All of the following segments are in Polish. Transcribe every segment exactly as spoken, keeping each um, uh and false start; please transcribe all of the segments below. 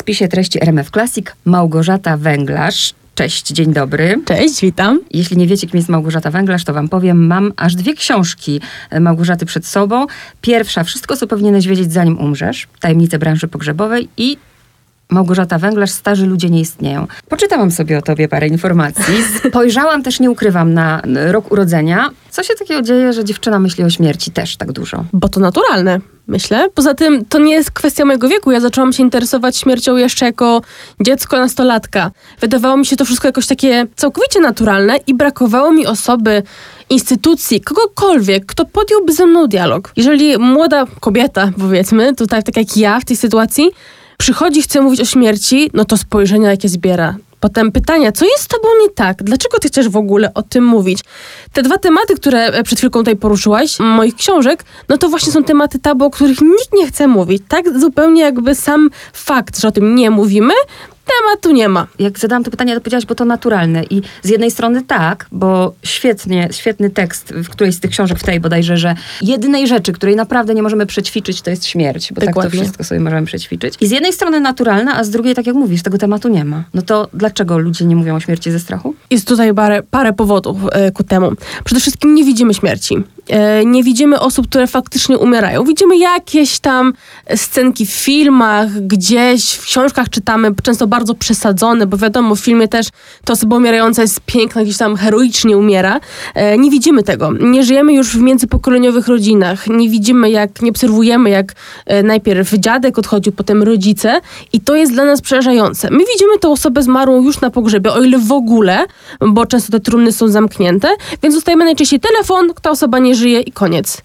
spisie treści R M F Classic Małgorzata Węglarz. Cześć, dzień dobry. Cześć, witam. Jeśli nie wiecie, kim jest Małgorzata Węglarz, to wam powiem, mam aż dwie książki Małgorzaty przed sobą. Pierwsza, Wszystko, co powinieneś wiedzieć, zanim umrzesz. Tajemnice branży pogrzebowej i Małgorzata Węglarz, Starzy ludzie nie istnieją. Poczytałam sobie o tobie parę informacji. Spojrzałam też, nie ukrywam, na rok urodzenia. Co się takiego dzieje, że dziewczyna myśli o śmierci też tak dużo? Bo to naturalne, myślę. Poza tym to nie jest kwestia mojego wieku. Ja zaczęłam się interesować śmiercią jeszcze jako dziecko, nastolatka. Wydawało mi się to wszystko jakoś takie całkowicie naturalne i brakowało mi osoby, instytucji, kogokolwiek, kto podjąłby ze mną dialog. Jeżeli młoda kobieta, powiedzmy, tutaj tak jak ja w tej sytuacji, przychodzi, chce mówić o śmierci, no to spojrzenia jakie zbiera. Potem pytania, co jest z tobą nie tak? Dlaczego ty chcesz w ogóle o tym mówić? Te dwa tematy, które przed chwilką tutaj poruszyłaś, moich książek, no to właśnie są tematy tabu, o których nikt nie chce mówić. Tak zupełnie jakby sam fakt, że o tym nie mówimy, tematu nie ma. Jak zadałam to pytanie, to powiedziałaś, bo to naturalne. I z jednej strony tak, bo świetnie, świetny tekst w którejś z tych książek, w tej bodajże, że jedynej rzeczy, której naprawdę nie możemy przećwiczyć, to jest śmierć. Bo Dokładnie. Tak to wszystko sobie możemy przećwiczyć. I z jednej strony naturalne, a z drugiej, tak jak mówisz, tego tematu nie ma. No to dlaczego ludzie nie mówią o śmierci ze strachu? Jest tutaj parę, parę powodów e, ku temu. Przede wszystkim nie widzimy śmierci. E, nie widzimy osób, które faktycznie umierają. Widzimy jakieś tam scenki w filmach, gdzieś w książkach czytamy, często bardzo przesadzone, bo wiadomo, w filmie też ta osoba umierająca jest piękna, gdzieś tam heroicznie umiera. E, nie widzimy tego. Nie żyjemy już w międzypokoleniowych rodzinach. Nie widzimy, jak, nie obserwujemy, jak e, najpierw dziadek odchodził, potem rodzice i to jest dla nas przerażające. My widzimy tę osobę zmarłą już na pogrzebie, o ile w ogóle, bo często te trumny są zamknięte, więc dostajemy najczęściej telefon, ta osoba nie żyje i koniec.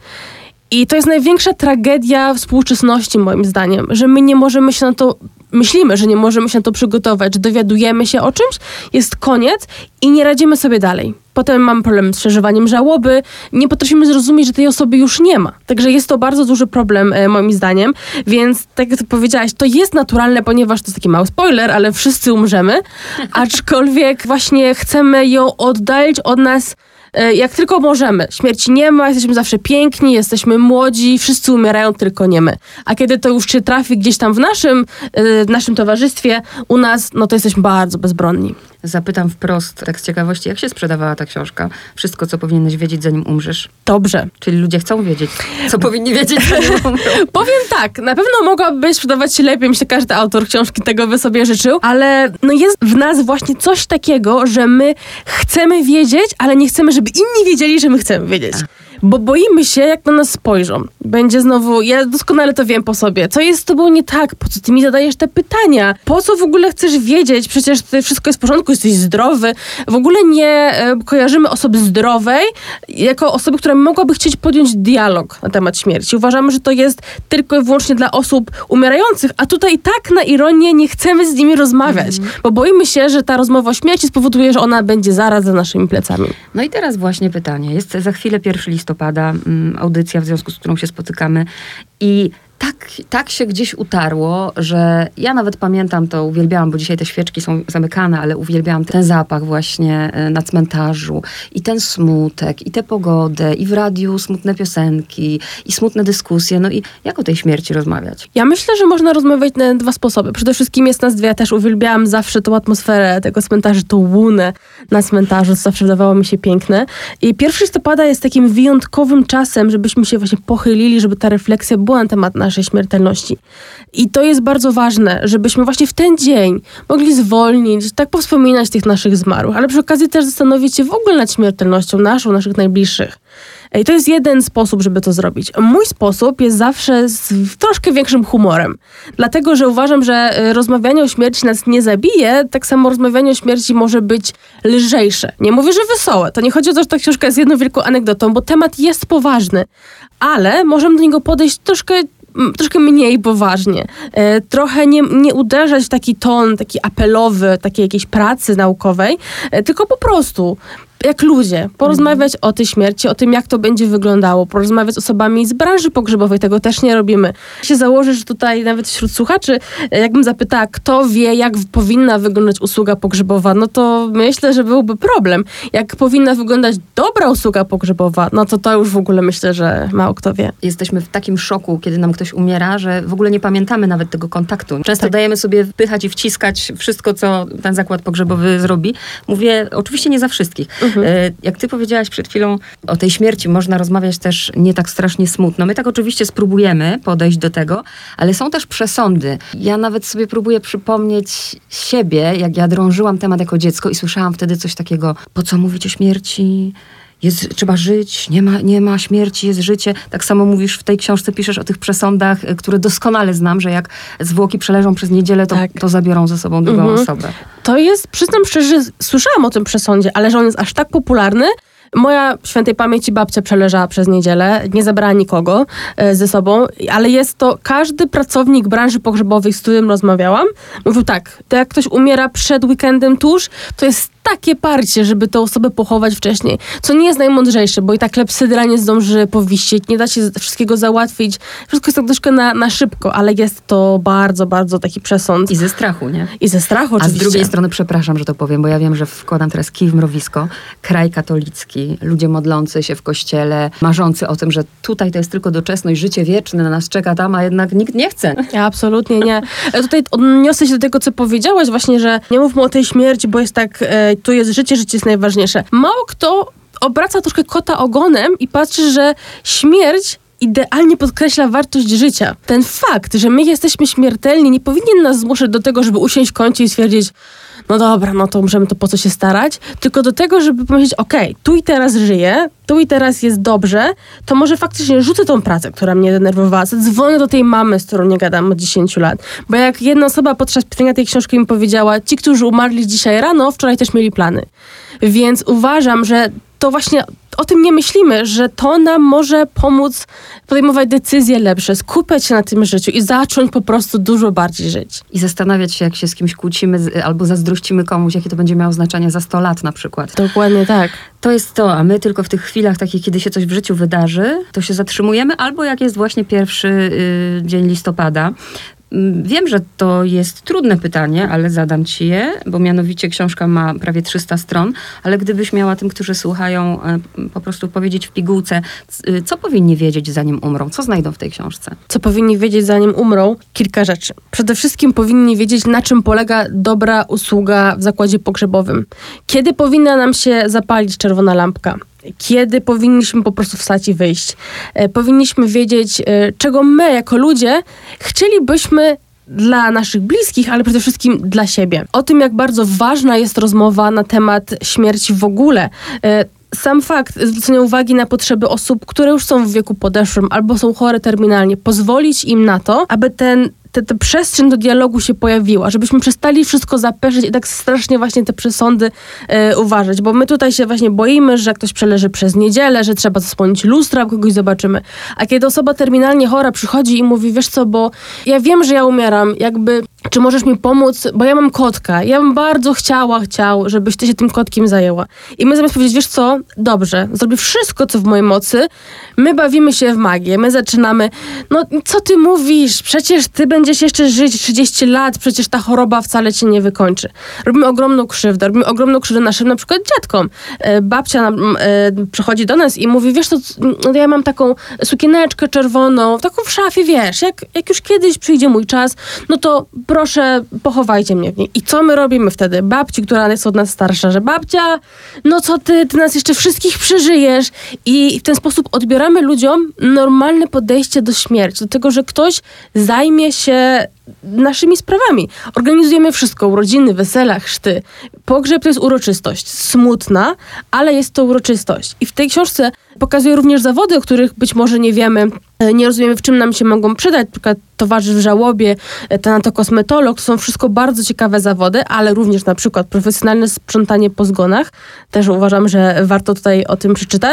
I to jest największa tragedia współczesności, moim zdaniem, że my nie możemy się na to, myślimy, że nie możemy się na to przygotować, że dowiadujemy się o czymś, jest koniec i nie radzimy sobie dalej. Potem mamy problem z przeżywaniem żałoby, nie potrafimy zrozumieć, że tej osoby już nie ma. Także jest to bardzo duży problem, e, moim zdaniem, więc tak jak ty powiedziałaś, to jest naturalne, ponieważ to jest taki mały spoiler, ale wszyscy umrzemy, aczkolwiek właśnie chcemy ją oddalić od nas jak tylko możemy. Śmierci nie ma, jesteśmy zawsze piękni, jesteśmy młodzi, wszyscy umierają, tylko nie my. A kiedy to już się trafi gdzieś tam w naszym, w naszym towarzystwie, u nas, no to jesteśmy bardzo bezbronni. Zapytam wprost, tak z ciekawości, jak się sprzedawała ta książka? Wszystko, co powinieneś wiedzieć, zanim umrzesz. Dobrze. Czyli ludzie chcą wiedzieć, co powinni wiedzieć, zanim umrą. Powiem tak, na pewno mogłaby sprzedawać się lepiej, myślę, każdy autor książki tego by sobie życzył, ale no jest w nas właśnie coś takiego, że my chcemy wiedzieć, ale nie chcemy, żeby inni wiedzieli, że my chcemy wiedzieć. A. Bo boimy się, jak na nas spojrzą. Będzie znowu, ja doskonale to wiem po sobie. Co jest z tobą nie tak? Po co ty mi zadajesz te pytania? Po co w ogóle chcesz wiedzieć? Przecież tutaj wszystko jest w porządku, jesteś zdrowy. W ogóle nie e, kojarzymy osoby zdrowej jako osoby, która mogłaby chcieć podjąć dialog na temat śmierci. Uważamy, że to jest tylko i wyłącznie dla osób umierających, a tutaj tak na ironię nie chcemy z nimi rozmawiać, mm. bo boimy się, że ta rozmowa o śmierci spowoduje, że ona będzie zaraz za naszymi plecami. No i teraz właśnie pytanie. Jest za chwilę pierwszy listopada. Pada audycja, w związku z którą się spotykamy i tak, tak się gdzieś utarło, że ja nawet pamiętam to, uwielbiałam, bo dzisiaj te świeczki są zamykane, ale uwielbiałam ten zapach właśnie na cmentarzu i ten smutek, i tę pogodę, i w radiu smutne piosenki, i smutne dyskusje. No i jak o tej śmierci rozmawiać? Ja myślę, że można rozmawiać na dwa sposoby. Przede wszystkim jest nas dwie. Ja też uwielbiałam zawsze tą atmosferę tego cmentarza, tą łunę na cmentarzu, co zawsze wydawało mi się piękne. I pierwszy listopada jest takim wyjątkowym czasem, żebyśmy się właśnie pochylili, żeby ta refleksja była na temat naszej śmiertelności. I to jest bardzo ważne, żebyśmy właśnie w ten dzień mogli zwolnić, tak powspominać tych naszych zmarłych, ale przy okazji też zastanowić się w ogóle nad śmiertelnością naszą, naszych najbliższych. I to jest jeden sposób, żeby to zrobić. Mój sposób jest zawsze z troszkę większym humorem. Dlatego, że uważam, że rozmawianie o śmierci nas nie zabije, tak samo rozmawianie o śmierci może być lżejsze. Nie mówię, że wesołe. To nie chodzi o to, że ta książka jest jedną wielką anegdotą, bo temat jest poważny, ale możemy do niego podejść troszkę troszkę mniej poważnie. E, trochę nie, nie uderzać w taki ton, taki apelowy, takiej jakiejś pracy naukowej, e, tylko po prostu jak ludzie, porozmawiać mhm. o tej śmierci, o tym, jak to będzie wyglądało, porozmawiać z osobami z branży pogrzebowej, tego też nie robimy. Się założę, że tutaj nawet wśród słuchaczy, jakbym zapytała, kto wie, jak powinna wyglądać usługa pogrzebowa, no to myślę, że byłby problem. Jak powinna wyglądać dobra usługa pogrzebowa, no to to już w ogóle myślę, że mało kto wie. Jesteśmy w takim szoku, kiedy nam ktoś umiera, że w ogóle nie pamiętamy nawet tego kontaktu. Często tak. dajemy sobie wpychać i wciskać wszystko, co ten zakład pogrzebowy zrobi. Mówię, oczywiście nie za wszystkich. Mhm. Jak ty powiedziałaś przed chwilą o tej śmierci, można rozmawiać też nie tak strasznie smutno. My tak oczywiście spróbujemy podejść do tego, ale są też przesądy. Ja nawet sobie próbuję przypomnieć siebie, jak ja drążyłam temat jako dziecko i słyszałam wtedy coś takiego, po co mówić o śmierci? Jest, trzeba żyć, nie ma, nie ma śmierci, jest życie. Tak samo mówisz w tej książce, piszesz o tych przesądach, które doskonale znam, że jak zwłoki przeleżą przez niedzielę, to, tak. to zabiorą ze sobą drugą mhm. osobę. To jest, przyznam szczerze, słyszałam o tym przesądzie, ale że on jest aż tak popularny. Moja świętej pamięci babcia przeleżała przez niedzielę, nie zabrała nikogo e, ze sobą, ale jest to każdy pracownik branży pogrzebowej, z którym rozmawiałam, mówił tak, to jak ktoś umiera przed weekendem tuż, to jest takie parcie, żeby tę osobę pochować wcześniej, co nie jest najmądrzejsze, bo i tak klepsydra nie zdąży powiścieć, nie da się wszystkiego załatwić, wszystko jest tak troszkę na, na szybko, ale jest to bardzo, bardzo taki przesąd. I ze strachu, nie? I ze strachu oczywiście. A z drugiej strony, przepraszam, że to powiem, bo ja wiem, że wkładam teraz kij w mrowisko, kraj katolicki, ludzie modlący się w kościele, marzący o tym, że tutaj to jest tylko doczesność, życie wieczne na nas czeka tam, a jednak nikt nie chce. Ja absolutnie nie. Tutaj odniosę się do tego, co powiedziałaś właśnie, że nie mówmy o tej śmierci, bo jest tak, e, tu jest życie, życie jest najważniejsze. Mało kto obraca troszkę kota ogonem i patrzy, że śmierć idealnie podkreśla wartość życia. Ten fakt, że my jesteśmy śmiertelni, nie powinien nas zmuszać do tego, żeby usiąść w kącie i stwierdzić, no dobra, no to możemy, to po co się starać, tylko do tego, żeby pomyśleć, okej, okay, tu i teraz żyję, tu i teraz jest dobrze, to może faktycznie rzucę tą pracę, która mnie denerwowała, dzwonię do tej mamy, z którą nie gadam od dziesięciu lat. Bo jak jedna osoba podczas pisania tej książki mi powiedziała, ci, którzy umarli dzisiaj rano, wczoraj też mieli plany. Więc uważam, że to właśnie o tym nie myślimy, że to nam może pomóc podejmować decyzje lepsze, skupiać się na tym życiu i zacząć po prostu dużo bardziej żyć. I zastanawiać się, jak się z kimś kłócimy albo zazdrościmy komuś, jakie to będzie miało znaczenie za sto lat na przykład. Dokładnie tak. To jest to, a my tylko w tych chwilach takich, kiedy się coś w życiu wydarzy, to się zatrzymujemy, albo jak jest właśnie pierwszy y, dzień listopada. Wiem, że to jest trudne pytanie, ale zadam ci je, bo mianowicie książka ma prawie trzysta stron, ale gdybyś miała tym, którzy słuchają, po prostu powiedzieć w pigułce, co powinni wiedzieć, zanim umrą? Co znajdą w tej książce? Co powinni wiedzieć, zanim umrą? Kilka rzeczy. Przede wszystkim powinni wiedzieć, na czym polega dobra usługa w zakładzie pogrzebowym. Kiedy powinna nam się zapalić czerwona lampka? Kiedy powinniśmy po prostu wstać i wyjść. E, powinniśmy wiedzieć, e, czego my jako ludzie chcielibyśmy dla naszych bliskich, ale przede wszystkim dla siebie. O tym, jak bardzo ważna jest rozmowa na temat śmierci w ogóle. E, Sam fakt zwrócenia uwagi na potrzeby osób, które już są w wieku podeszłym albo są chore terminalnie, pozwolić im na to, aby ten Te, przestrzeń do dialogu się pojawiła, żebyśmy przestali wszystko zapeszać i tak strasznie właśnie te przesądy e, uważać, bo my tutaj się właśnie boimy, że ktoś przeleży przez niedzielę, że trzeba zasłonić lustra, kogoś zobaczymy. A kiedy osoba terminalnie chora przychodzi i mówi, wiesz co, bo ja wiem, że ja umieram, jakby, czy możesz mi pomóc, bo ja mam kotka, ja bym bardzo chciała, chciał, żebyś ty się tym kotkiem zajęła. I my zamiast powiedzieć, wiesz co, dobrze, zrobię wszystko, co w mojej mocy, my bawimy się w magię, my zaczynamy, no co ty mówisz, przecież ty będziesz Będziesz jeszcze żyć trzydzieści lat, przecież ta choroba wcale cię nie wykończy. Robimy ogromną krzywdę, robimy ogromną krzywdę naszym na przykład dziadkom. E, babcia nam, e, przychodzi do nas i mówi, wiesz co, no, ja mam taką sukieneczkę czerwoną, taką w szafie, wiesz, jak, jak już kiedyś przyjdzie mój czas, no to proszę, pochowajcie mnie w niej. I co my robimy wtedy? Babci, która jest od nas starsza, że babcia, no co ty, ty nas jeszcze wszystkich przeżyjesz. I w ten sposób odbieramy ludziom normalne podejście do śmierci, do tego, że ktoś zajmie się naszymi sprawami. Organizujemy wszystko, urodziny, wesela, chrzty. Pogrzeb to jest uroczystość, smutna, ale jest to uroczystość. I w tej książce pokazuje również zawody, o których być może nie wiemy, nie rozumiemy, w czym nam się mogą przydać, na przykład towarzysz w żałobie, tanatokosmetolog, to są wszystko bardzo ciekawe zawody, ale również na przykład profesjonalne sprzątanie po zgonach. Też uważam, że warto tutaj o tym przeczytać.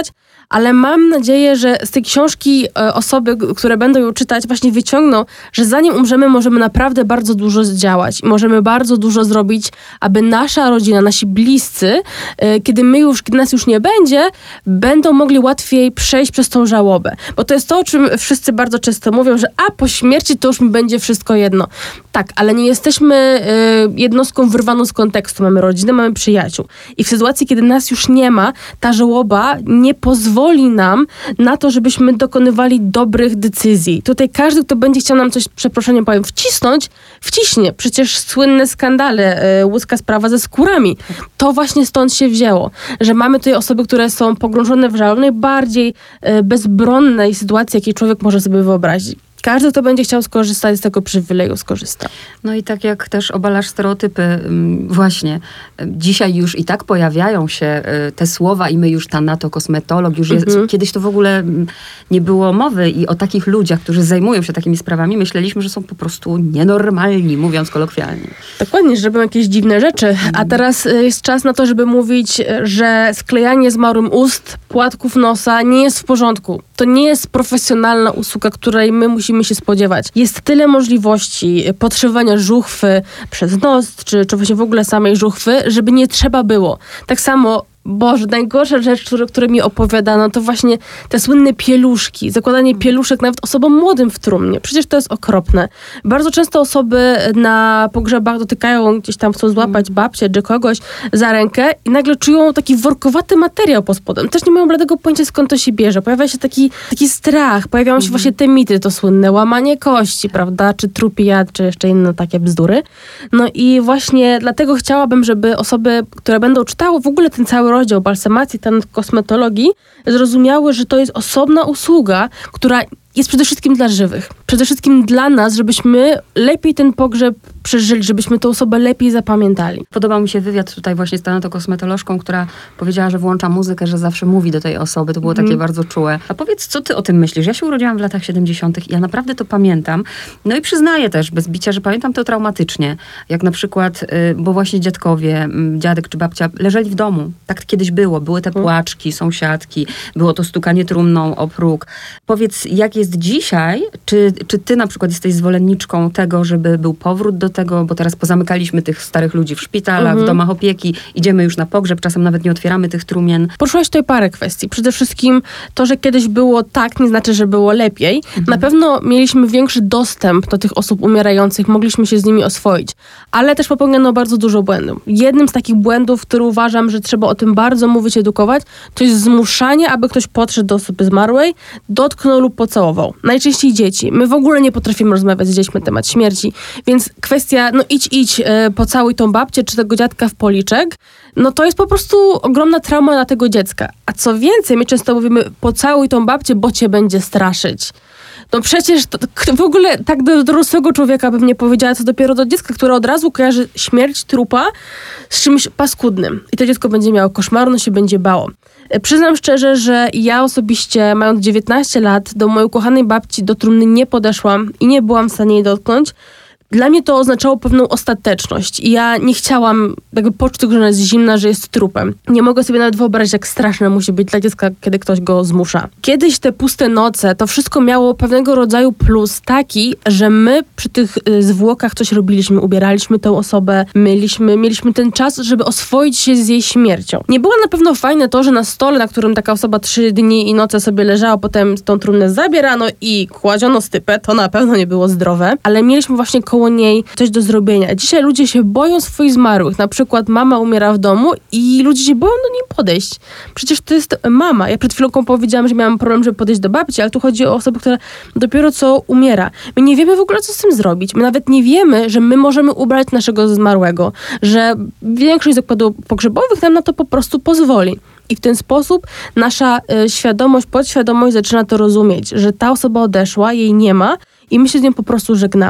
ale mam nadzieję, że z tej książki e, osoby, które będą ją czytać, właśnie wyciągną, że zanim umrzemy, możemy naprawdę bardzo dużo zdziałać i możemy bardzo dużo zrobić, aby nasza rodzina, nasi bliscy, e, kiedy my już, kiedy nas już nie będzie, będą mogli łatwiej przejść przez tą żałobę. Bo to jest to, o czym wszyscy bardzo często mówią, że a po śmierci to już mi będzie wszystko jedno. Tak, ale nie jesteśmy e, jednostką wyrwaną z kontekstu. Mamy rodzinę, mamy przyjaciół. I w sytuacji, kiedy nas już nie ma, ta żałoba nie pozwoli nam na to, żebyśmy dokonywali dobrych decyzji. Tutaj każdy, kto będzie chciał nam coś, przeproszeniem powiem, wcisnąć, wciśnie. Przecież słynne skandale, y, łódzka sprawa ze skórami. To właśnie stąd się wzięło, że mamy tutaj osoby, które są pogrążone w żałobie, najbardziej y, bezbronnej sytuacji, jakiej człowiek może sobie wyobrazić. Każdy, kto będzie chciał skorzystać z tego przywileju, skorzysta. No i tak jak też obalasz stereotypy, właśnie, dzisiaj już i tak pojawiają się te słowa i my już tanatokosmetolog, już jest, mhm. kiedyś to w ogóle nie było mowy i o takich ludziach, którzy zajmują się takimi sprawami, myśleliśmy, że są po prostu nienormalni, mówiąc kolokwialnie. Dokładnie, że robią jakieś dziwne rzeczy, mhm. a teraz jest czas na to, żeby mówić, że sklejanie zmarłym ust, płatków nosa nie jest w porządku. To nie jest profesjonalna usługa, której my musimy się spodziewać. Jest tyle możliwości podszywania żuchwy przez nos, czy, czy właśnie w ogóle samej żuchwy, żeby nie trzeba było. Tak samo Boże, najgorsza rzecz, które, które mi opowiadano, to właśnie te słynne pieluszki. Zakładanie pieluszek nawet osobom młodym w trumnie. Przecież to jest okropne. Bardzo często osoby na pogrzebach dotykają, gdzieś tam chcą złapać babcię czy kogoś za rękę i nagle czują taki workowaty materiał pod spodem. Też nie mają bladego pojęcia, skąd to się bierze. Pojawia się taki, taki strach, pojawiają się mhm. właśnie te mity, to słynne łamanie kości, prawda, czy trupi jad, czy jeszcze inne takie bzdury. No i właśnie dlatego chciałabym, żeby osoby, które będą czytały w ogóle ten cały rozdział balsamacji, ten kosmetologii, zrozumiały, że to jest osobna usługa, która jest przede wszystkim dla żywych. Przede wszystkim dla nas, żebyśmy lepiej ten pogrzeb przeżyli, żebyśmy tę osobę lepiej zapamiętali. Podobał mi się wywiad tutaj właśnie z tanatokosmetolożką, która powiedziała, że włącza muzykę, że zawsze mówi do tej osoby. To było mm. takie bardzo czułe. A powiedz, co ty o tym myślisz? Ja się urodziłam w latach siedemdziesiątych i ja naprawdę to pamiętam. No i przyznaję też, bez bicia, że pamiętam to traumatycznie. Jak na przykład, bo właśnie dziadkowie, dziadek czy babcia leżeli w domu. Tak kiedyś było. Były te płaczki, sąsiadki, było to stukanie trumną o próg. Powiedz, jak jest dzisiaj? Czy, czy ty na przykład jesteś zwolenniczką tego, żeby był powrót do tego, bo teraz pozamykaliśmy tych starych ludzi w szpitalach, mhm. w domach opieki, idziemy już na pogrzeb, czasem nawet nie otwieramy tych trumien. Poruszyłaś tutaj parę kwestii. Przede wszystkim to, że kiedyś było tak, nie znaczy, że było lepiej. Mhm. Na pewno mieliśmy większy dostęp do tych osób umierających, mogliśmy się z nimi oswoić, ale też popełniono bardzo dużo błędów. Jednym z takich błędów, który uważam, że trzeba o tym bardzo mówić, edukować, to jest zmuszanie, aby ktoś podszedł do osoby zmarłej, dotknął lub pocałował. Najczęściej dzieci. My w ogóle nie potrafimy rozmawiać z dziećmi na temat śmierci, więc kwestia, no idź, idź, e, pocałuj tą babcię czy tego dziadka w policzek, no to jest po prostu ogromna trauma dla tego dziecka. A co więcej, my często mówimy, pocałuj tą babcię, bo cię będzie straszyć. No przecież to, w ogóle tak do dorosłego człowieka bym nie powiedziała, co dopiero do dziecka, które od razu kojarzy śmierć trupa z czymś paskudnym. I to dziecko będzie miało koszmar, no się będzie bało. Przyznam szczerze, że ja osobiście, mając dziewiętnaście lat, do mojej ukochanej babci do trumny nie podeszłam i nie byłam w stanie jej dotknąć. Dla mnie to oznaczało pewną ostateczność i ja nie chciałam jakby poczuć tego, że ona jest zimna, że jest trupem. Nie mogę sobie nawet wyobrazić, jak straszne musi być dla dziecka, kiedy ktoś go zmusza. Kiedyś te puste noce, to wszystko miało pewnego rodzaju plus taki, że my przy tych y, zwłokach coś robiliśmy, ubieraliśmy tę osobę, myliśmy, mieliśmy ten czas, żeby oswoić się z jej śmiercią. Nie było na pewno fajne to, że na stole, na którym taka osoba trzy dni i noce sobie leżała, potem tą trumnę zabierano i kładziono stypę, to na pewno nie było zdrowe, ale mieliśmy właśnie koło niej coś do zrobienia. Dzisiaj ludzie się boją swoich zmarłych. Na przykład mama umiera w domu i ludzie się boją do niej podejść. Przecież to jest mama. Ja przed chwilą powiedziałam, że miałam problem, żeby podejść do babci, ale tu chodzi o osobę, która dopiero co umiera. My nie wiemy w ogóle, co z tym zrobić. My nawet nie wiemy, że my możemy ubrać naszego zmarłego, że większość zakładów pogrzebowych nam na to po prostu pozwoli. I w ten sposób nasza y, świadomość, podświadomość zaczyna to rozumieć, że ta osoba odeszła, jej nie ma i my się z nią po prostu żegnamy.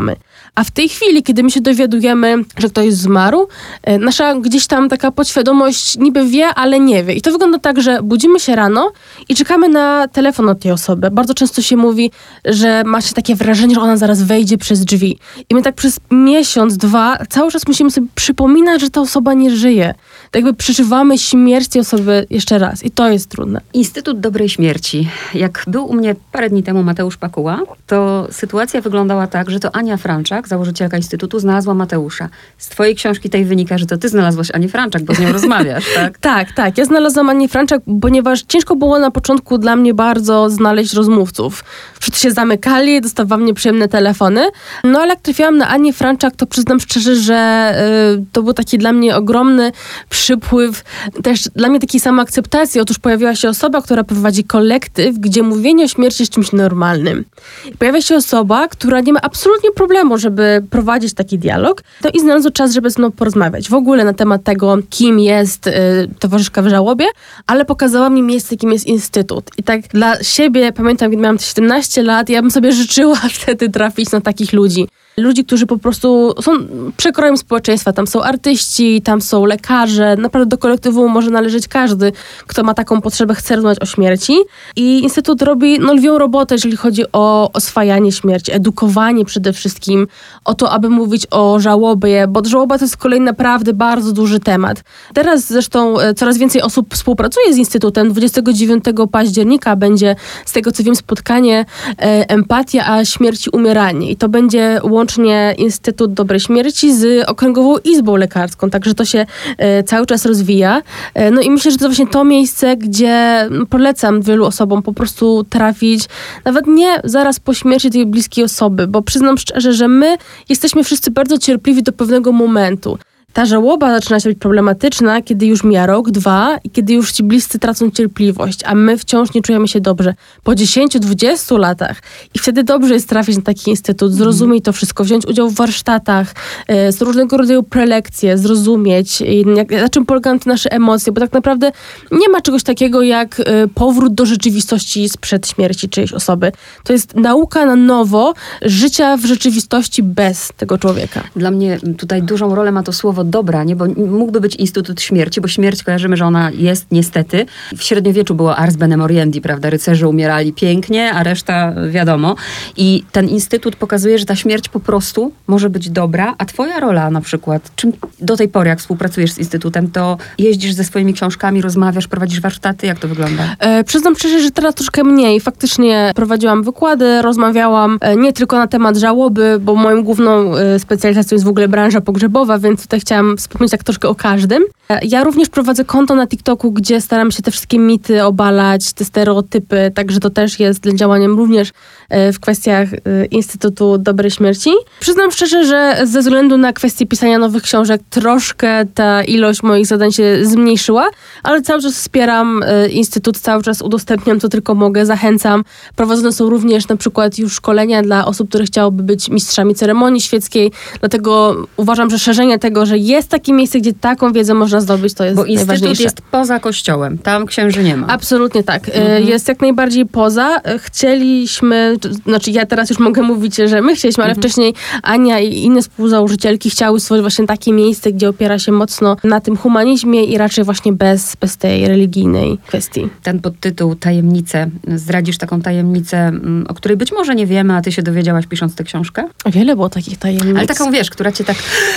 A w tej chwili, kiedy my się dowiadujemy, że ktoś zmarł, nasza gdzieś tam taka podświadomość niby wie, ale nie wie. I to wygląda tak, że budzimy się rano i czekamy na telefon od tej osoby. Bardzo często się mówi, że ma się takie wrażenie, że ona zaraz wejdzie przez drzwi. I my tak przez miesiąc, dwa cały czas musimy sobie przypominać, że ta osoba nie żyje. Tak jakby przeżywamy śmierć tej osoby jeszcze raz. I to jest trudne. Instytut Dobrej Śmierci. Jak był u mnie parę dni temu Mateusz Pakuła, to sytuacja wyglądała tak, że to Ania Franczak, założycielka Instytutu, znalazła Mateusza. Z twojej książki tej wynika, że to ty znalazłaś Anię Franczak, bo z nią rozmawiasz, tak? Tak, tak. Ja znalazłam Anię Franczak, ponieważ ciężko było na początku dla mnie bardzo znaleźć rozmówców. Wszyscy się zamykali, dostawałam nieprzyjemne telefony. No ale jak trafiłam na Anię Franczak, to przyznam szczerze, że y, to był taki dla mnie ogromny przypływ, też dla mnie takiej samoakceptacji. Otóż pojawiła się osoba, która prowadzi kolektyw, gdzie mówienie o śmierci jest czymś normalnym. Pojawia się osoba, która nie ma absolutnie problemu, żeby prowadzić taki dialog, to i znalazła czas, żeby z mną porozmawiać. W ogóle na temat tego, kim jest y, towarzyszka w żałobie, ale pokazała mi miejsce, kim jest Instytut. I tak dla siebie, pamiętam, kiedy miałam siedemnaście lat, ja bym sobie życzyła wtedy trafić na takich ludzi. Ludzi, którzy po prostu są przekrojem społeczeństwa. Tam są artyści, tam są lekarze. Naprawdę do kolektywu może należeć każdy, kto ma taką potrzebę, chce rozmawiać o śmierci. I Instytut robi no, lwią robotę, jeżeli chodzi o oswajanie śmierci, edukowanie przede wszystkim, o to, aby mówić o żałobie, bo żałoba to jest kolejny naprawdę bardzo duży temat. Teraz zresztą coraz więcej osób współpracuje z Instytutem. dwudziestego dziewiątego października będzie, z tego co wiem, spotkanie e, Empatia, a śmierci umieranie. I to będzie łącznie Instytut Dobrej Śmierci z Okręgową Izbą Lekarską, także to się e, cały czas rozwija. E, no i myślę, że to właśnie to miejsce, gdzie no, polecam wielu osobom po prostu trafić, nawet nie zaraz po śmierci tej bliskiej osoby, bo przyznam szczerze, że my jesteśmy wszyscy bardzo cierpliwi do pewnego momentu. Ta żałoba zaczyna się być problematyczna, kiedy już mija rok, dwa i kiedy już ci bliscy tracą cierpliwość, a my wciąż nie czujemy się dobrze. Po dziesięciu, dwudziestu latach. I wtedy dobrze jest trafić na taki instytut, zrozumieć to wszystko, wziąć udział w warsztatach, y, z różnego rodzaju prelekcje, zrozumieć, y, jak, na czym polegają te nasze emocje, bo tak naprawdę nie ma czegoś takiego jak y, powrót do rzeczywistości sprzed śmierci czyjejś osoby. To jest nauka na nowo życia w rzeczywistości bez tego człowieka. Dla mnie tutaj dużą rolę ma to słowo dobra, nie? Bo mógłby być Instytut Śmierci, bo śmierć kojarzymy, że ona jest niestety. W średniowieczu było ars bene moriendi, prawda? Rycerze umierali pięknie, a reszta wiadomo. I ten Instytut pokazuje, że ta śmierć po prostu może być dobra, a twoja rola na przykład, czym do tej pory, jak współpracujesz z Instytutem, to jeździsz ze swoimi książkami, rozmawiasz, prowadzisz warsztaty, jak to wygląda? E, przyznam szczerze, że teraz troszkę mniej. Faktycznie prowadziłam wykłady, rozmawiałam e, nie tylko na temat żałoby, bo moją główną e, specjalizacją jest w ogóle branża pogrzebowa, więc tutaj chciałam wspomnieć tak troszkę o każdym. Ja również prowadzę konto na TikToku, gdzie staram się te wszystkie mity obalać, te stereotypy, także to też jest działaniem również w kwestiach Instytutu Dobrej Śmierci. Przyznam szczerze, że ze względu na kwestię pisania nowych książek troszkę ta ilość moich zadań się zmniejszyła, ale cały czas wspieram Instytut, cały czas udostępniam co tylko mogę, zachęcam. Prowadzone są również na przykład już szkolenia dla osób, które chciałyby być mistrzami ceremonii świeckiej, dlatego uważam, że szerzenie tego, że jest takie miejsce, gdzie taką wiedzę można zdobyć, to jest Bo najważniejsze. Instytut jest poza kościołem, tam księży nie ma. Absolutnie tak. Mhm. Jest jak najbardziej poza. Chcieliśmy, znaczy ja teraz już mogę mówić, że my chcieliśmy, ale mhm. wcześniej Ania i inne współzałożycielki chciały stworzyć właśnie takie miejsce, gdzie opiera się mocno na tym humanizmie i raczej właśnie bez, bez tej religijnej kwestii. Ten podtytuł Tajemnice. Zdradzisz taką tajemnicę, o której być może nie wiemy, a ty się dowiedziałaś pisząc tę książkę? Wiele było takich tajemnic. Ale taką, wiesz, która cię tak...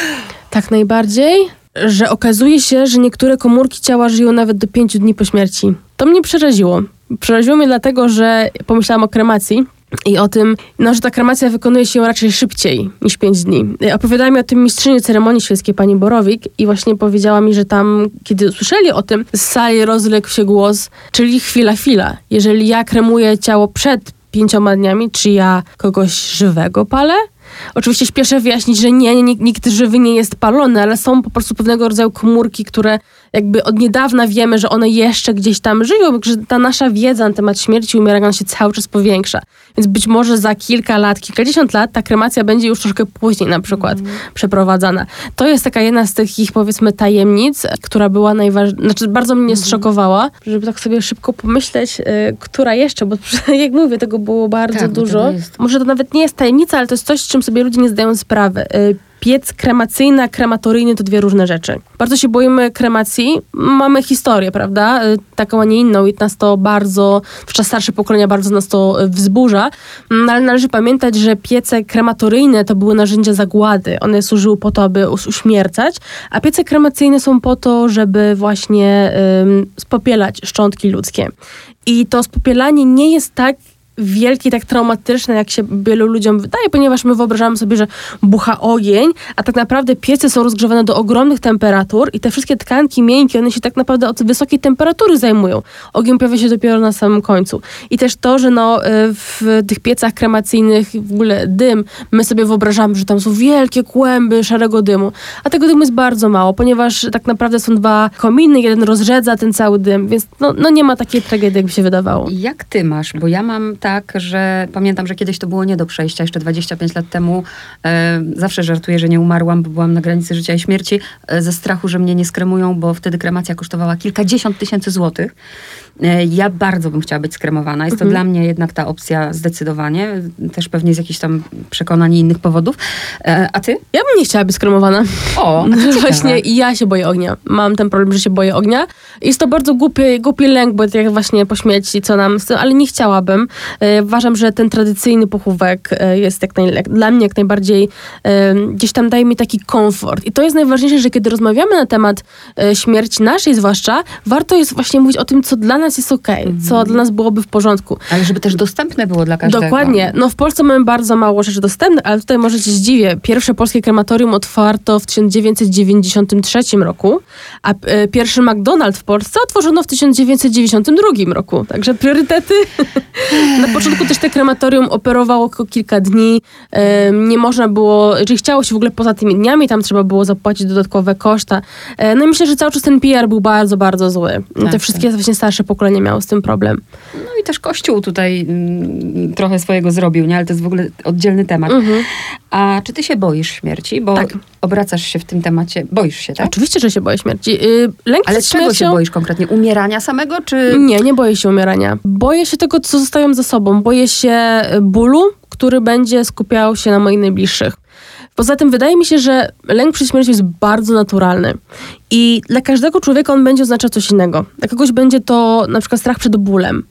Tak najbardziej, że okazuje się, że niektóre komórki ciała żyją nawet do pięciu dni po śmierci. To mnie przeraziło. Przeraziło mnie dlatego, że pomyślałam o kremacji i o tym, no, że ta kremacja wykonuje się raczej szybciej niż pięć dni. Opowiadała mi o tym mistrzyni ceremonii świeckiej, pani Borowik, i właśnie powiedziała mi, że tam, kiedy usłyszeli o tym, z sali rozległ się głos, czyli chwila, chwila. Jeżeli ja kremuję ciało przed pięcioma dniami, czy ja kogoś żywego palę? Oczywiście śpieszę wyjaśnić, że nie, nie, nikt żywy nie jest palony, ale są po prostu pewnego rodzaju komórki, które jakby od niedawna wiemy, że one jeszcze gdzieś tam żyją, że ta nasza wiedza na temat śmierci i umierania się cały czas powiększa. Więc być może za kilka lat, kilkadziesiąt lat ta kremacja będzie już troszkę później na przykład mm. przeprowadzana. To jest taka jedna z tych ich, powiedzmy, tajemnic, która była najważniejsza, znaczy bardzo mnie mm. zszokowała, żeby tak sobie szybko pomyśleć, y, która jeszcze, bo jak mówię, tego było bardzo tak, dużo. Jest... Może to nawet nie jest tajemnica, ale to jest coś, z czym czym sobie ludzie nie zdają sprawy. Piec kremacyjny, a krematoryjny to dwie różne rzeczy. Bardzo się boimy kremacji. Mamy historię, prawda? Taką, a nie inną i nas to bardzo, wówczas starsze pokolenia bardzo nas to wzburza. Ale należy pamiętać, że piece krematoryjne to były narzędzia zagłady. One służyły po to, aby uśmiercać, a piece kremacyjne są po to, żeby właśnie ym, spopielać szczątki ludzkie. I to spopielanie nie jest tak wielkie, tak traumatyczne, jak się wielu ludziom wydaje, ponieważ my wyobrażamy sobie, że bucha ogień, a tak naprawdę piece są rozgrzewane do ogromnych temperatur i te wszystkie tkanki miękkie, one się tak naprawdę od wysokiej temperatury zajmują. Ogień pojawia się dopiero na samym końcu. I też to, że no, w tych piecach kremacyjnych w ogóle dym, my sobie wyobrażamy, że tam są wielkie kłęby szarego dymu, a tego dymu jest bardzo mało, ponieważ tak naprawdę są dwa kominy, jeden rozrzedza ten cały dym, więc no, no nie ma takiej tragedii, jakby się wydawało. Jak ty masz? Bo ja mam tak, że pamiętam, że kiedyś to było nie do przejścia, jeszcze dwadzieścia pięć lat temu. E, zawsze żartuję, że nie umarłam, bo byłam na granicy życia i śmierci, e, ze strachu, że mnie nie skremują, bo wtedy kremacja kosztowała kilkadziesiąt tysięcy złotych. E, ja bardzo bym chciała być skremowana. Jest to Mhm. dla mnie jednak ta opcja zdecydowanie. Też pewnie z jakichś tam przekonań i innych powodów. E, a ty? Ja bym nie chciała być skremowana. O, No właśnie i ja się boję ognia. Mam ten problem, że się boję ognia. Jest to bardzo głupi, głupi lęk, bo jak właśnie po śmierci, co nam z tym, ale nie chciałabym. E, uważam, że ten tradycyjny pochówek e, jest jak naj, dla mnie jak najbardziej e, gdzieś tam daje mi taki komfort. I to jest najważniejsze, że kiedy rozmawiamy na temat e, śmierci naszej zwłaszcza, warto jest właśnie mówić o tym, co dla nas jest okej, okay, co dla nas byłoby w porządku. Ale żeby też dostępne było dla każdego. Dokładnie. No w Polsce mamy bardzo mało rzeczy dostępnych, ale tutaj może się zdziwię. Pierwsze polskie krematorium otwarto w tysiąc dziewięćset dziewięćdziesiątym trzecim roku, a e, pierwszy McDonald's w Polsce otworzono w tysiąc dziewięćset dziewięćdziesiątym drugim roku. Także priorytety. Na początku też te krematorium operowało tylko kilka dni. E, nie można było, jeżeli chciało się w ogóle poza tymi dniami, tam trzeba było zapłacić dodatkowe koszta. E, no i myślę, że cały czas ten P R był bardzo, bardzo zły. Tak, te wszystkie tak. właśnie starsze pokolenie miało z tym problem. No i też Kościół tutaj mm, trochę swojego zrobił, nie? Ale to jest w ogóle oddzielny temat. Mhm. A czy ty się boisz śmierci? Bo Tak. obracasz się w tym temacie. Boisz się, tak? Oczywiście, że się boję śmierci. Yy, lęk Ale przed czego się śmiercią... boisz konkretnie? Umierania samego, czy... Nie, nie boję się umierania. Boję się tego, co zostawiam za sobą. Boję się bólu, który będzie skupiał się na moich najbliższych. Poza tym wydaje mi się, że lęk przed śmiercią jest bardzo naturalny. I dla każdego człowieka on będzie oznaczał coś innego. Dla kogoś będzie to na przykład strach przed bólem,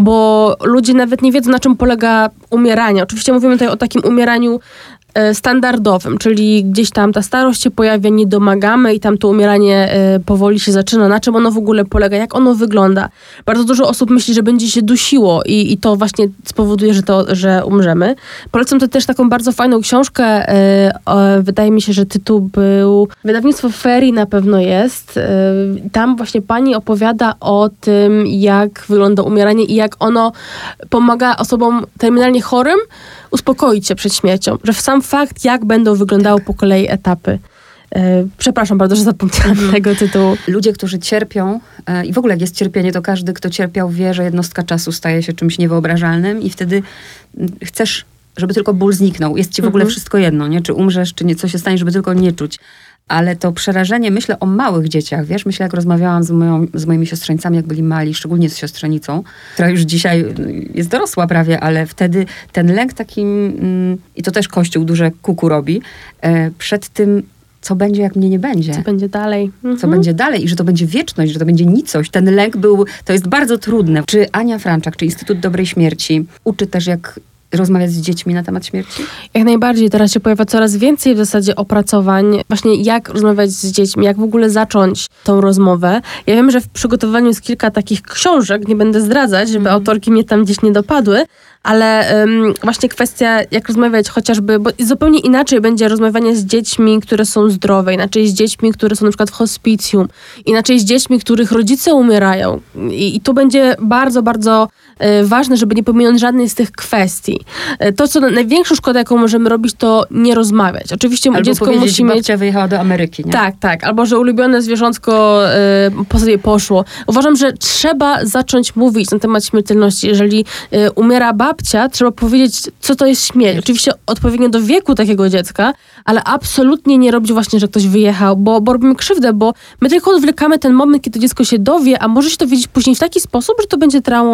bo ludzie nawet nie wiedzą, na czym polega umieranie. Oczywiście mówimy tutaj o takim umieraniu standardowym, czyli gdzieś tam ta starość się pojawia, nie domagamy i tam to umieranie y, powoli się zaczyna. Na czym ono w ogóle polega, jak ono wygląda. Bardzo dużo osób myśli, że będzie się dusiło i, i to właśnie spowoduje, że, to, że umrzemy. Polecam to też taką bardzo fajną książkę. Y, y, wydaje mi się, że tytuł był... Wydawnictwo Ferii na pewno jest. Y, tam właśnie pani opowiada o tym, jak wygląda umieranie i jak ono pomaga osobom terminalnie chorym uspokoić się przed śmiercią, że w sam fakt, jak będą wyglądały po kolei etapy. E, przepraszam bardzo, że zapomniałam mm. tego tytułu. Ludzie, którzy cierpią e, i w ogóle jak jest cierpienie, to każdy, kto cierpiał, wie, że jednostka czasu staje się czymś niewyobrażalnym i wtedy m, chcesz, żeby tylko ból zniknął. Jest ci w ogóle mm-hmm. wszystko jedno, nie? Czy umrzesz, czy nie, co się stanie, żeby tylko nie czuć. Ale to przerażenie, myślę o małych dzieciach, wiesz, myślę jak rozmawiałam z, moją, z moimi siostrzeńcami, jak byli mali, szczególnie z siostrzenicą, która już dzisiaj jest dorosła prawie, ale wtedy ten lęk takim, mm, i to też Kościół duże kuku robi, e, przed tym, co będzie, jak mnie nie będzie. Co będzie dalej. Mhm. Co będzie dalej i że to będzie wieczność, że to będzie nicość. Ten lęk był, to jest bardzo trudne. Czy Ania Franczak, czy Instytut Dobrej Śmierci uczy też, jak rozmawiać z dziećmi na temat śmierci? Jak najbardziej. Teraz się pojawia coraz więcej w zasadzie opracowań właśnie jak rozmawiać z dziećmi, jak w ogóle zacząć tą rozmowę. Ja wiem, że w przygotowaniu jest kilka takich książek, nie będę zdradzać, żeby mm. autorki mnie tam gdzieś nie dopadły, ale um, właśnie kwestia, jak rozmawiać chociażby, bo zupełnie inaczej będzie rozmawianie z dziećmi, które są zdrowe, inaczej z dziećmi, które są na przykład w hospicjum, inaczej z dziećmi, których rodzice umierają. I, i to będzie bardzo, bardzo e, ważne, żeby nie pominąć żadnej z tych kwestii. E, to, co największą szkodę, jaką możemy robić, to nie rozmawiać. Oczywiście albo dziecko musi babcia mieć... wyjechała do Ameryki, nie? Tak, tak. Albo, że ulubione zwierzątko e, po sobie poszło. Uważam, że trzeba zacząć mówić na temat śmiertelności. Jeżeli e, umiera babcia, trzeba powiedzieć, co to jest śmierć. Oczywiście odpowiednio do wieku takiego dziecka, ale absolutnie nie robić właśnie, że ktoś wyjechał, bo, bo robimy krzywdę, bo my tylko odwlekamy ten moment, kiedy dziecko się dowie, a może się dowiedzieć później w taki sposób, że to będzie traumą na jego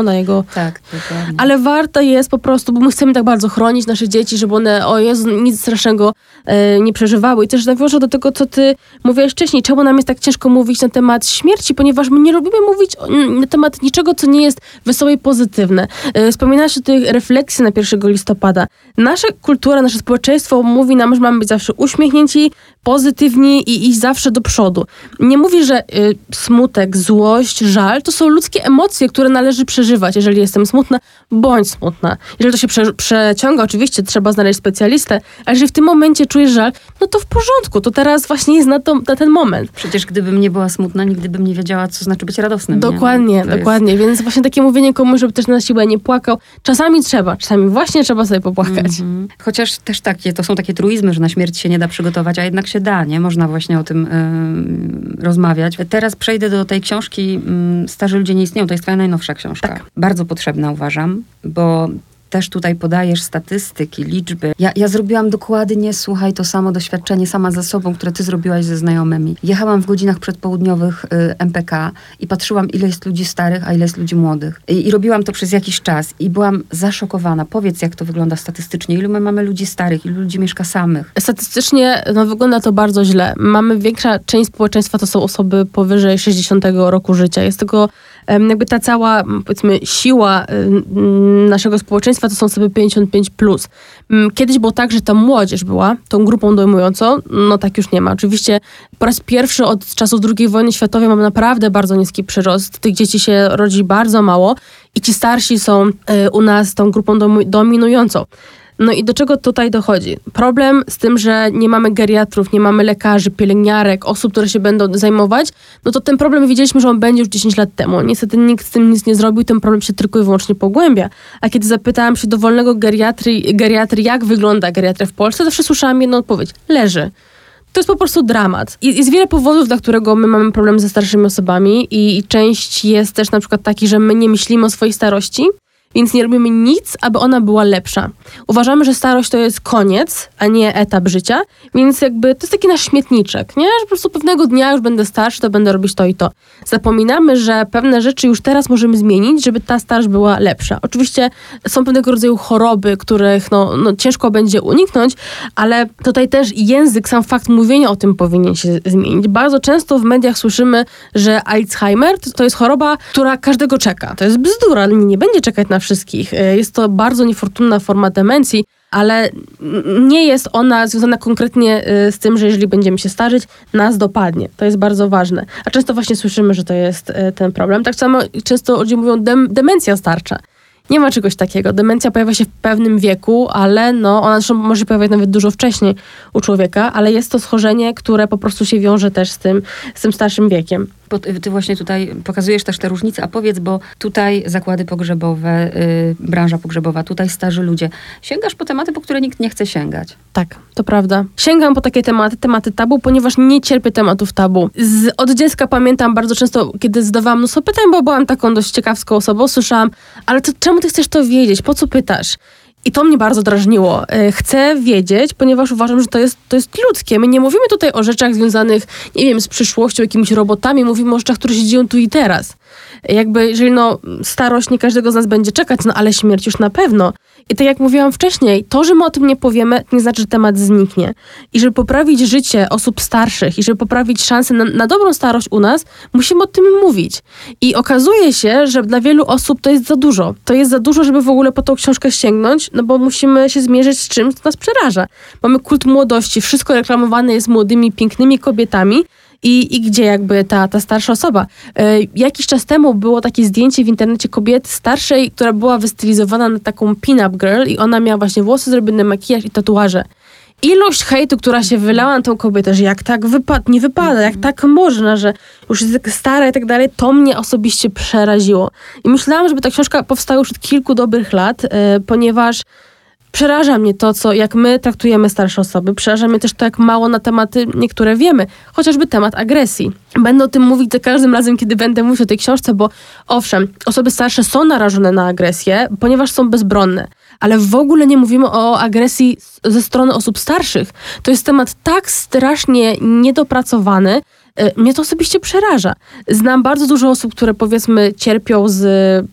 Tak, dokładnie. Ale warto jest po prostu, bo my chcemy tak bardzo chronić nasze dzieci, żeby one, o Jezu, nic strasznego e, nie przeżywały. I też nawiążę do tego, co ty mówiłaś wcześniej, czemu nam jest tak ciężko mówić na temat śmierci, ponieważ my nie lubimy mówić o, na temat niczego, co nie jest wesołe i pozytywne. E, wspominałaś o tej refleksji na pierwszego listopada. Nasza kultura, nasze społeczeństwo mówi nam, że mamy być zawsze uśmiechnięci, pozytywni i iść zawsze do przodu. Nie mówi, że y, smutek, złość, żal to są ludzkie emocje, które należy przeżywać. Jeżeli jestem smutna, bądź smutna. Jeżeli to się prze, przeciąga, oczywiście trzeba znaleźć specjalistę, ale jeżeli w tym momencie czujesz żal, no to w porządku, to teraz właśnie jest na, to, na ten moment. Przecież gdybym nie była smutna, nigdy bym nie wiedziała, co znaczy być radosnym. Dokładnie, nie? dokładnie. Jest... Więc właśnie takie mówienie komuś, żeby też na siłę nie płakał. Czasami trzeba, czasami właśnie trzeba sobie popłakać. Mm-hmm. Chociaż też takie, to są takie truizmy, że na śmierć się nie da przygotować, a jednak się da, nie? Można właśnie o tym y, rozmawiać. Teraz przejdę do tej książki y, Starzy ludzie nie istnieją. To jest twoja najnowsza książka. Tak. Bardzo potrzebna, uważam, bo też tutaj podajesz statystyki, liczby. Ja, ja zrobiłam dokładnie, słuchaj, to samo doświadczenie sama ze sobą, które ty zrobiłaś ze znajomymi. Jechałam w godzinach przedpołudniowych y, M P K i patrzyłam, ile jest ludzi starych, a ile jest ludzi młodych. I, I robiłam to przez jakiś czas i byłam zaszokowana. Powiedz, jak to wygląda statystycznie. Ilu my mamy ludzi starych, ilu ludzi mieszka samych? Statystycznie no, wygląda to bardzo źle. Mamy większa część społeczeństwa to są osoby powyżej sześćdziesiątego roku życia. Jest tego jakby ta cała, powiedzmy, siła naszego społeczeństwa to są osoby pięćdziesiąt pięć plus. Kiedyś było tak, że ta młodzież była tą grupą dojmującą, no tak już nie ma. Oczywiście po raz pierwszy od czasów drugiej wojny światowej mamy naprawdę bardzo niski przyrost. Tych dzieci się rodzi bardzo mało i ci starsi są u nas tą grupą dominującą. No i do czego tutaj dochodzi? Problem z tym, że nie mamy geriatrów, nie mamy lekarzy, pielęgniarek, osób, które się będą zajmować, no to ten problem widzieliśmy, że on będzie już dziesięć lat temu. Niestety nikt z tym nic nie zrobił, ten problem się tylko i wyłącznie pogłębia. A kiedy zapytałam się dowolnego geriatry, geriatry, jak wygląda geriatria w Polsce, zawsze słyszałam jedną odpowiedź. Leży. To jest po prostu dramat. I jest wiele powodów, dla którego my mamy problem ze starszymi osobami i, i część jest też na przykład taki, że my nie myślimy o swojej starości, więc nie robimy nic, aby ona była lepsza. Uważamy, że starość to jest koniec, a nie etap życia, więc jakby to jest taki nasz śmietniczek, nie? Że po prostu pewnego dnia już będę starszy, to będę robić to i to. Zapominamy, że pewne rzeczy już teraz możemy zmienić, żeby ta starość była lepsza. Oczywiście są pewnego rodzaju choroby, których no, no, ciężko będzie uniknąć, ale tutaj też język, sam fakt mówienia o tym powinien się zmienić. Bardzo często w mediach słyszymy, że Alzheimer to jest choroba, która każdego czeka. To jest bzdura, ale nie będzie czekać na wszystkich. Jest to bardzo niefortunna forma demencji, ale nie jest ona związana konkretnie z tym, że jeżeli będziemy się starzeć, nas dopadnie. To jest bardzo ważne. A często właśnie słyszymy, że to jest ten problem. Tak samo często ludzie mówią dem- demencja starcza. Nie ma czegoś takiego. Demencja pojawia się w pewnym wieku, ale no, ona zresztą może się pojawiać nawet dużo wcześniej u człowieka, ale jest to schorzenie, które po prostu się wiąże też z tym, z tym starszym wiekiem. Bo ty właśnie tutaj pokazujesz też te różnice, a powiedz, bo tutaj zakłady pogrzebowe, yy, branża pogrzebowa, tutaj starzy ludzie. Sięgasz po tematy, po które nikt nie chce sięgać. Tak, to prawda. Sięgam po takie tematy, tematy tabu, ponieważ nie cierpię tematów tabu. Z, od dziecka pamiętam bardzo często, kiedy zadawałam mnóstwo pytań, bo byłam taką dość ciekawską osobą, słyszałam, ale to, czemu ty chcesz to wiedzieć? Po co pytasz? I to mnie bardzo drażniło. Chcę wiedzieć, ponieważ uważam, że to jest, to jest ludzkie. My nie mówimy tutaj o rzeczach związanych, nie wiem, z przyszłością, jakimiś robotami. Mówimy o rzeczach, które się dzieją tu i teraz. Jakby, jeżeli no, starość nie każdego z nas będzie czekać, no ale śmierć już na pewno. I tak jak mówiłam wcześniej, to, że my o tym nie powiemy, nie znaczy, że temat zniknie. I żeby poprawić życie osób starszych i żeby poprawić szanse na, na dobrą starość u nas, musimy o tym mówić. I okazuje się, że dla wielu osób to jest za dużo. To jest za dużo, żeby w ogóle po tą książkę sięgnąć, no bo musimy się zmierzyć z czymś, co nas przeraża. Mamy kult młodości, wszystko reklamowane jest młodymi, pięknymi kobietami, I, i gdzie jakby ta, ta starsza osoba. E, jakiś czas temu było takie zdjęcie w internecie kobiety starszej, która była wystylizowana na taką pin-up girl i ona miała właśnie włosy zrobione, makijaż i tatuaże. Ilość hejtu, która się wylała na tą kobietę, że jak tak wypa- nie wypada, jak tak można, że już jest tak stara i tak dalej, to mnie osobiście przeraziło. I myślałam, żeby ta książka powstała już od kilku dobrych lat, e, ponieważ przeraża mnie to, co, jak my traktujemy starsze osoby. Przeraża mnie też to, jak mało na tematy niektóre wiemy. Chociażby temat agresji. Będę o tym mówić za każdym razem, kiedy będę mówić o tej książce, bo owszem, osoby starsze są narażone na agresję, ponieważ są bezbronne. Ale w ogóle nie mówimy o agresji ze strony osób starszych. To jest temat tak strasznie niedopracowany. Mnie to osobiście przeraża. Znam bardzo dużo osób, które powiedzmy cierpią z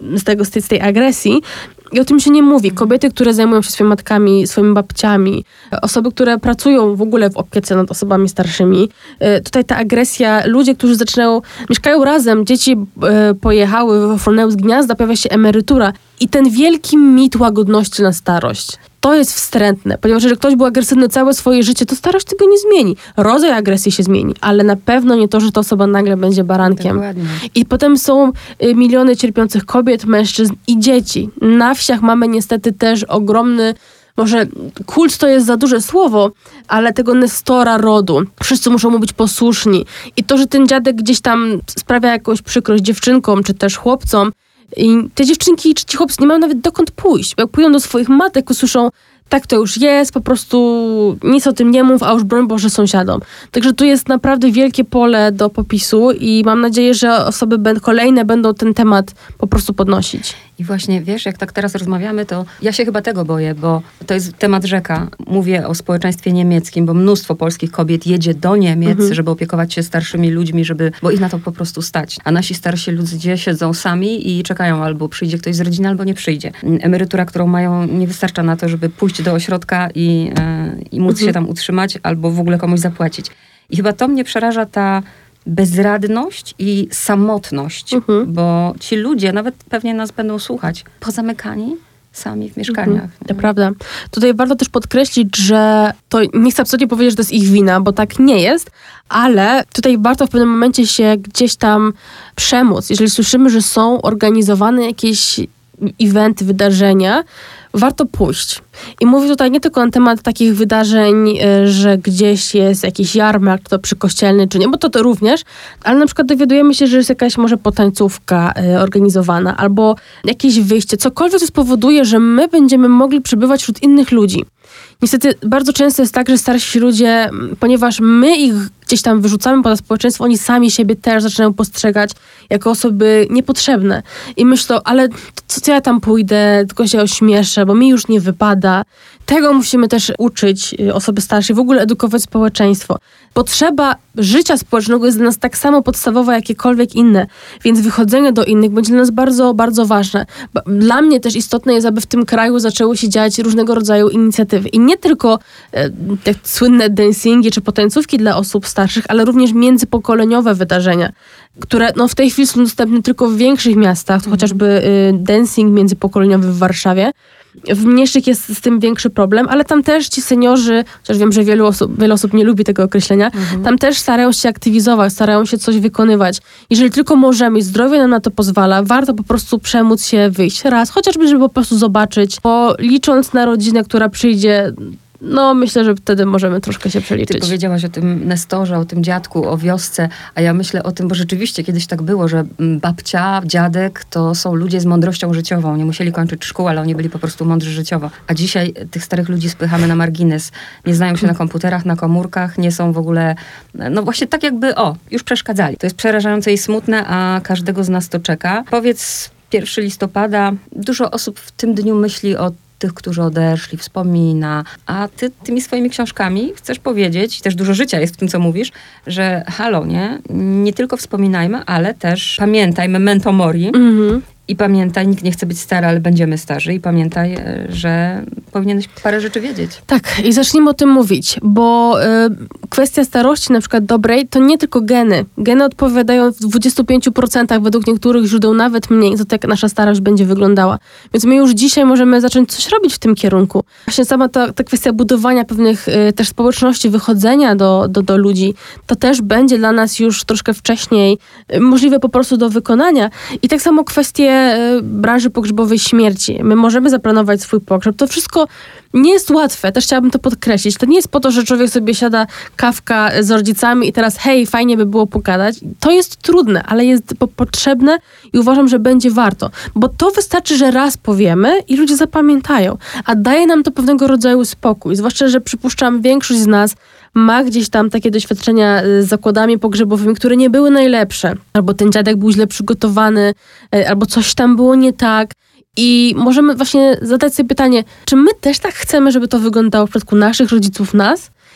z, tego, z, tej, z tej agresji. I o tym się nie mówi. Kobiety, które zajmują się swoimi matkami, swoimi babciami, osoby, które pracują w ogóle w opiece nad osobami starszymi. Tutaj ta agresja, ludzie, którzy zaczynają, mieszkają razem, dzieci pojechały, frunęły z gniazda, pojawia się emerytura. I ten wielki mit łagodności na starość. To jest wstrętne, ponieważ jeżeli ktoś był agresywny całe swoje życie, to starość tego nie zmieni. Rodzaj agresji się zmieni, ale na pewno nie to, że ta osoba nagle będzie barankiem. Dokładnie. I potem są miliony cierpiących kobiet, mężczyzn i dzieci. Na wsiach mamy niestety też ogromny, może kult to jest za duże słowo, ale tego nestora rodu. Wszyscy muszą mu być posłuszni. I to, że ten dziadek gdzieś tam sprawia jakąś przykrość dziewczynkom, czy też chłopcom, i te dziewczynki czy ci chłopcy nie mają nawet dokąd pójść. Jak pójdą do swoich matek, usłyszą, tak to już jest, po prostu nic o tym nie mów, a już broń Boże sąsiadom. Także tu jest naprawdę wielkie pole do popisu i mam nadzieję, że osoby kolejne będą ten temat po prostu podnosić. I właśnie, wiesz, jak tak teraz rozmawiamy, to ja się chyba tego boję, bo to jest temat rzeka. Mówię o społeczeństwie niemieckim, bo mnóstwo polskich kobiet jedzie do Niemiec, mhm. żeby opiekować się starszymi ludźmi, żeby, bo ich na to po prostu stać. A nasi starsi ludzie siedzą sami i czekają, albo przyjdzie ktoś z rodziny, albo nie przyjdzie. Emerytura, którą mają, nie wystarcza na to, żeby pójść do ośrodka i, yy, i móc mhm. się tam utrzymać, albo w ogóle komuś zapłacić. I chyba to mnie przeraża, ta bezradność i samotność, mhm. bo ci ludzie nawet pewnie nas będą słuchać, pozamykani sami w mieszkaniach. Mhm. To prawda. Tutaj warto też podkreślić, że to nie chcę absolutnie powiedzieć, że to jest ich wina, bo tak nie jest, ale tutaj warto w pewnym momencie się gdzieś tam przemóc. Jeżeli słyszymy, że są organizowane jakieś eventy, wydarzenia, warto pójść. I mówię tutaj nie tylko na temat takich wydarzeń, że gdzieś jest jakiś jarmark, to przykościelny czy nie, bo to, to również, ale na przykład dowiadujemy się, że jest jakaś może potańcówka organizowana, albo jakieś wyjście, cokolwiek, co spowoduje, że my będziemy mogli przebywać wśród innych ludzi. Niestety bardzo często jest tak, że starsi ludzie, ponieważ my ich gdzieś tam wyrzucamy poza społeczeństwo, oni sami siebie też zaczynają postrzegać jako osoby niepotrzebne. I myślą, ale co, co ja tam pójdę, tylko się ośmieszę, bo mi już nie wypada. Tego musimy też uczyć osoby starsze, w ogóle edukować społeczeństwo. Potrzeba życia społecznego jest dla nas tak samo podstawowa, jakiekolwiek inne. Więc wychodzenie do innych będzie dla nas bardzo, bardzo ważne. Dla mnie też istotne jest, aby w tym kraju zaczęły się dziać różnego rodzaju inicjatywy. I nie tylko e, te słynne dancingi czy potańcówki dla osób starszych, ale również międzypokoleniowe wydarzenia, które no, w tej chwili są dostępne tylko w większych miastach, to chociażby y, dancing międzypokoleniowy w Warszawie. W mniejszych jest z tym większy problem, ale tam też ci seniorzy, chociaż wiem, że wielu osób, wiele osób nie lubi tego określenia, mhm. tam też starają się aktywizować, starają się coś wykonywać. Jeżeli tylko możemy i zdrowie nam na to pozwala, warto po prostu przemóc się wyjść raz, chociażby, żeby po prostu zobaczyć, bo licząc na rodzinę, która przyjdzie, no myślę, że wtedy możemy troszkę się przeliczyć. Ty powiedziałaś o tym nestorze, o tym dziadku, o wiosce, a ja myślę o tym, bo rzeczywiście kiedyś tak było, że babcia, dziadek to są ludzie z mądrością życiową. Nie musieli kończyć szkół, ale oni byli po prostu mądrzy życiowo. A dzisiaj tych starych ludzi spychamy na margines. Nie znają się na komputerach, na komórkach, nie są w ogóle, no właśnie tak jakby, o, już przeszkadzali. To jest przerażające i smutne, a każdego z nas to czeka. Powiedz, pierwszego listopada, dużo osób w tym dniu myśli o tych, którzy odeszli, wspomina, a ty tymi swoimi książkami chcesz powiedzieć, też dużo życia jest w tym, co mówisz, że halo, nie? Nie tylko wspominajmy, ale też pamiętaj, memento mori. Mhm. I pamiętaj, nikt nie chce być stary, ale będziemy starzy. I pamiętaj, że powinieneś parę rzeczy wiedzieć. Tak, i zacznijmy o tym mówić, bo y, kwestia starości, na przykład dobrej, to nie tylko geny. Geny odpowiadają w dwudziestu pięciu procentach według niektórych źródeł nawet mniej za to, jak nasza starość będzie wyglądała. Więc my już dzisiaj możemy zacząć coś robić w tym kierunku. Właśnie sama ta, ta kwestia budowania pewnych y, też społeczności, wychodzenia do, do, do ludzi, to też będzie dla nas już troszkę wcześniej y, możliwe po prostu do wykonania. I tak samo kwestie branży pogrzebowej śmierci. My możemy zaplanować swój pogrzeb. To wszystko nie jest łatwe. Też chciałabym to podkreślić. To nie jest po to, że człowiek sobie siada kawka z rodzicami i teraz hej, fajnie by było pogadać. To jest trudne, ale jest po- potrzebne i uważam, że będzie warto. Bo to wystarczy, że raz powiemy i ludzie zapamiętają. A daje nam to pewnego rodzaju spokój. Zwłaszcza, że przypuszczam, większość z nas ma gdzieś tam takie doświadczenia z zakładami pogrzebowymi, które nie były najlepsze. Albo ten dziadek był źle przygotowany, albo coś tam było nie tak. I możemy właśnie zadać sobie pytanie, czy my też tak chcemy, żeby to wyglądało w przypadku naszych rodziców, nas?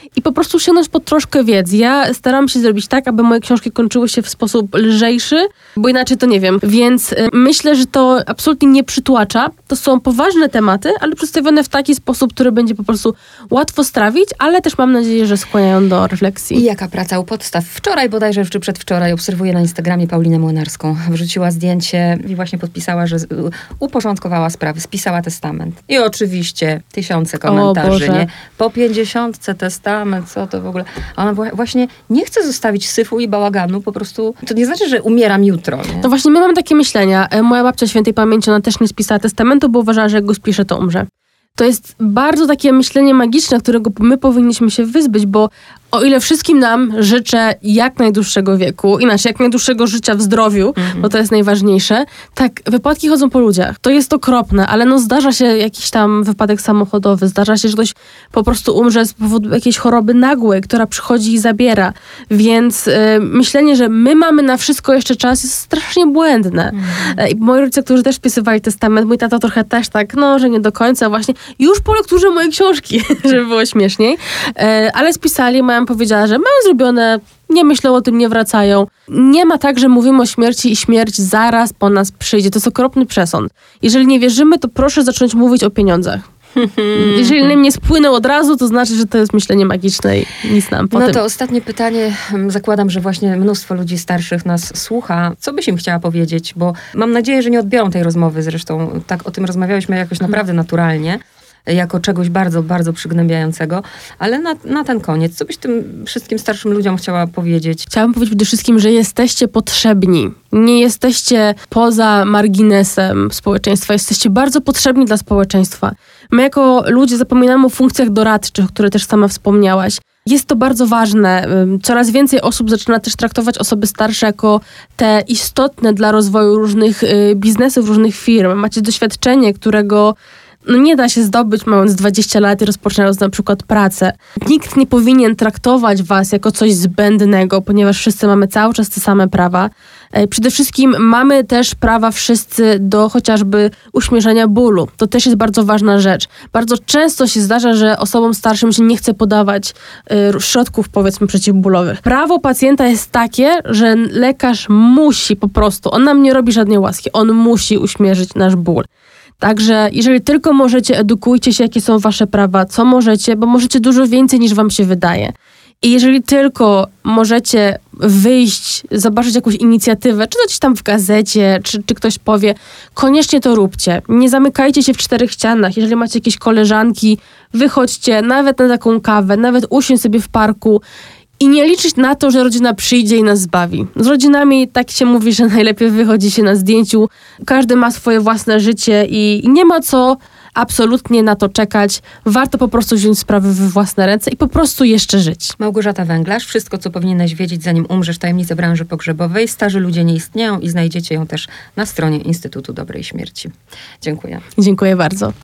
i po prostu sięgnąć po troszkę wiedzy. Ja staram się zrobić tak, aby moje książki kończyły się w sposób lżejszy, bo inaczej to nie wiem. Więc y, myślę, że to absolutnie nie przytłacza. To są poważne tematy, ale przedstawione w taki sposób, który będzie po prostu łatwo strawić, ale też mam nadzieję, że skłaniają do refleksji. I jaka praca u podstaw? Wczoraj bodajże, czy przedwczoraj obserwuję na Instagramie Paulinę Młynarską. Wrzuciła zdjęcie i właśnie podpisała, że uporządkowała sprawy, spisała testament. I oczywiście tysiące komentarzy, nie? Po pięćdziesiątce testament, co to w ogóle? A ona właśnie nie chce zostawić syfu i bałaganu, po prostu, to nie znaczy, że umieram jutro, nie? No właśnie, my mamy takie myślenia. Moja babcia świętej pamięci, ona też nie spisała testamentu, bo uważała, że jak go spisze, to umrze. To jest bardzo takie myślenie magiczne, którego my powinniśmy się wyzbyć, bo o ile wszystkim nam życzę jak najdłuższego wieku, inaczej jak najdłuższego życia w zdrowiu, mm-hmm. bo to jest najważniejsze, tak wypadki chodzą po ludziach. To jest okropne, ale no zdarza się jakiś tam wypadek samochodowy, zdarza się, że ktoś po prostu umrze z powodu jakiejś choroby nagłej, która przychodzi i zabiera. Więc y, myślenie, że my mamy na wszystko jeszcze czas, jest strasznie błędne. Mm-hmm. I moi rodzice, którzy też spisywali testament, mój tata trochę też tak, no, że nie do końca właśnie, już po lekturze mojej książki, żeby było śmieszniej, y, ale spisali, moja powiedziała, że mają zrobione, nie myślą o tym, nie wracają. Nie ma tak, że mówimy o śmierci i śmierć zaraz po nas przyjdzie. To jest okropny przesąd. Jeżeli nie wierzymy, to proszę zacząć mówić o pieniądzach. Jeżeli nam nie spłynął od razu, to znaczy, że to jest myślenie magiczne i nic nam po No tym. to ostatnie pytanie. Zakładam, że właśnie mnóstwo ludzi starszych nas słucha. Co byś im chciała powiedzieć? Bo mam nadzieję, że nie odbiorą tej rozmowy. Zresztą tak o tym rozmawiałyśmy jakoś naprawdę naturalnie. Jako czegoś bardzo, bardzo przygnębiającego. Ale na, na ten koniec, co byś tym wszystkim starszym ludziom chciała powiedzieć? Chciałam powiedzieć przede wszystkim, że jesteście potrzebni. Nie jesteście poza marginesem społeczeństwa. Jesteście bardzo potrzebni dla społeczeństwa. My jako ludzie zapominamy o funkcjach doradczych, które też sama wspomniałaś. Jest to bardzo ważne. Coraz więcej osób zaczyna też traktować osoby starsze jako te istotne dla rozwoju różnych biznesów, różnych firm. Macie doświadczenie, którego no nie da się zdobyć mając dwadzieścia lat i rozpoczynając na przykład pracę. Nikt nie powinien traktować was jako coś zbędnego, ponieważ wszyscy mamy cały czas te same prawa. Przede wszystkim mamy też prawa wszyscy do chociażby uśmierzenia bólu. To też jest bardzo ważna rzecz. Bardzo często się zdarza, że osobom starszym się nie chce podawać y, środków, powiedzmy, przeciwbólowych. Prawo pacjenta jest takie, że lekarz musi po prostu, on nam nie robi żadnej łaski, on musi uśmierzyć nasz ból. Także jeżeli tylko możecie, edukujcie się, jakie są wasze prawa, co możecie, bo możecie dużo więcej niż wam się wydaje. I jeżeli tylko możecie wyjść, zobaczyć jakąś inicjatywę, czy to gdzieś tam w gazecie, czy, czy ktoś powie, koniecznie to róbcie. Nie zamykajcie się w czterech ścianach. Jeżeli macie jakieś koleżanki, wychodźcie nawet na taką kawę, nawet usiądź sobie w parku i nie liczyć na to, że rodzina przyjdzie i nas zbawi. Z rodzinami tak się mówi, że najlepiej wychodzi się na zdjęciu. Każdy ma swoje własne życie i, i nie ma co absolutnie na to czekać. Warto po prostu wziąć sprawy w własne ręce i po prostu jeszcze żyć. Małgorzata Węglarz. Wszystko, co powinieneś wiedzieć, zanim umrzesz. Tajemnice branży pogrzebowej. Starzy ludzie nie istnieją i znajdziecie ją też na stronie Instytutu Dobrej Śmierci. Dziękuję. Dziękuję bardzo.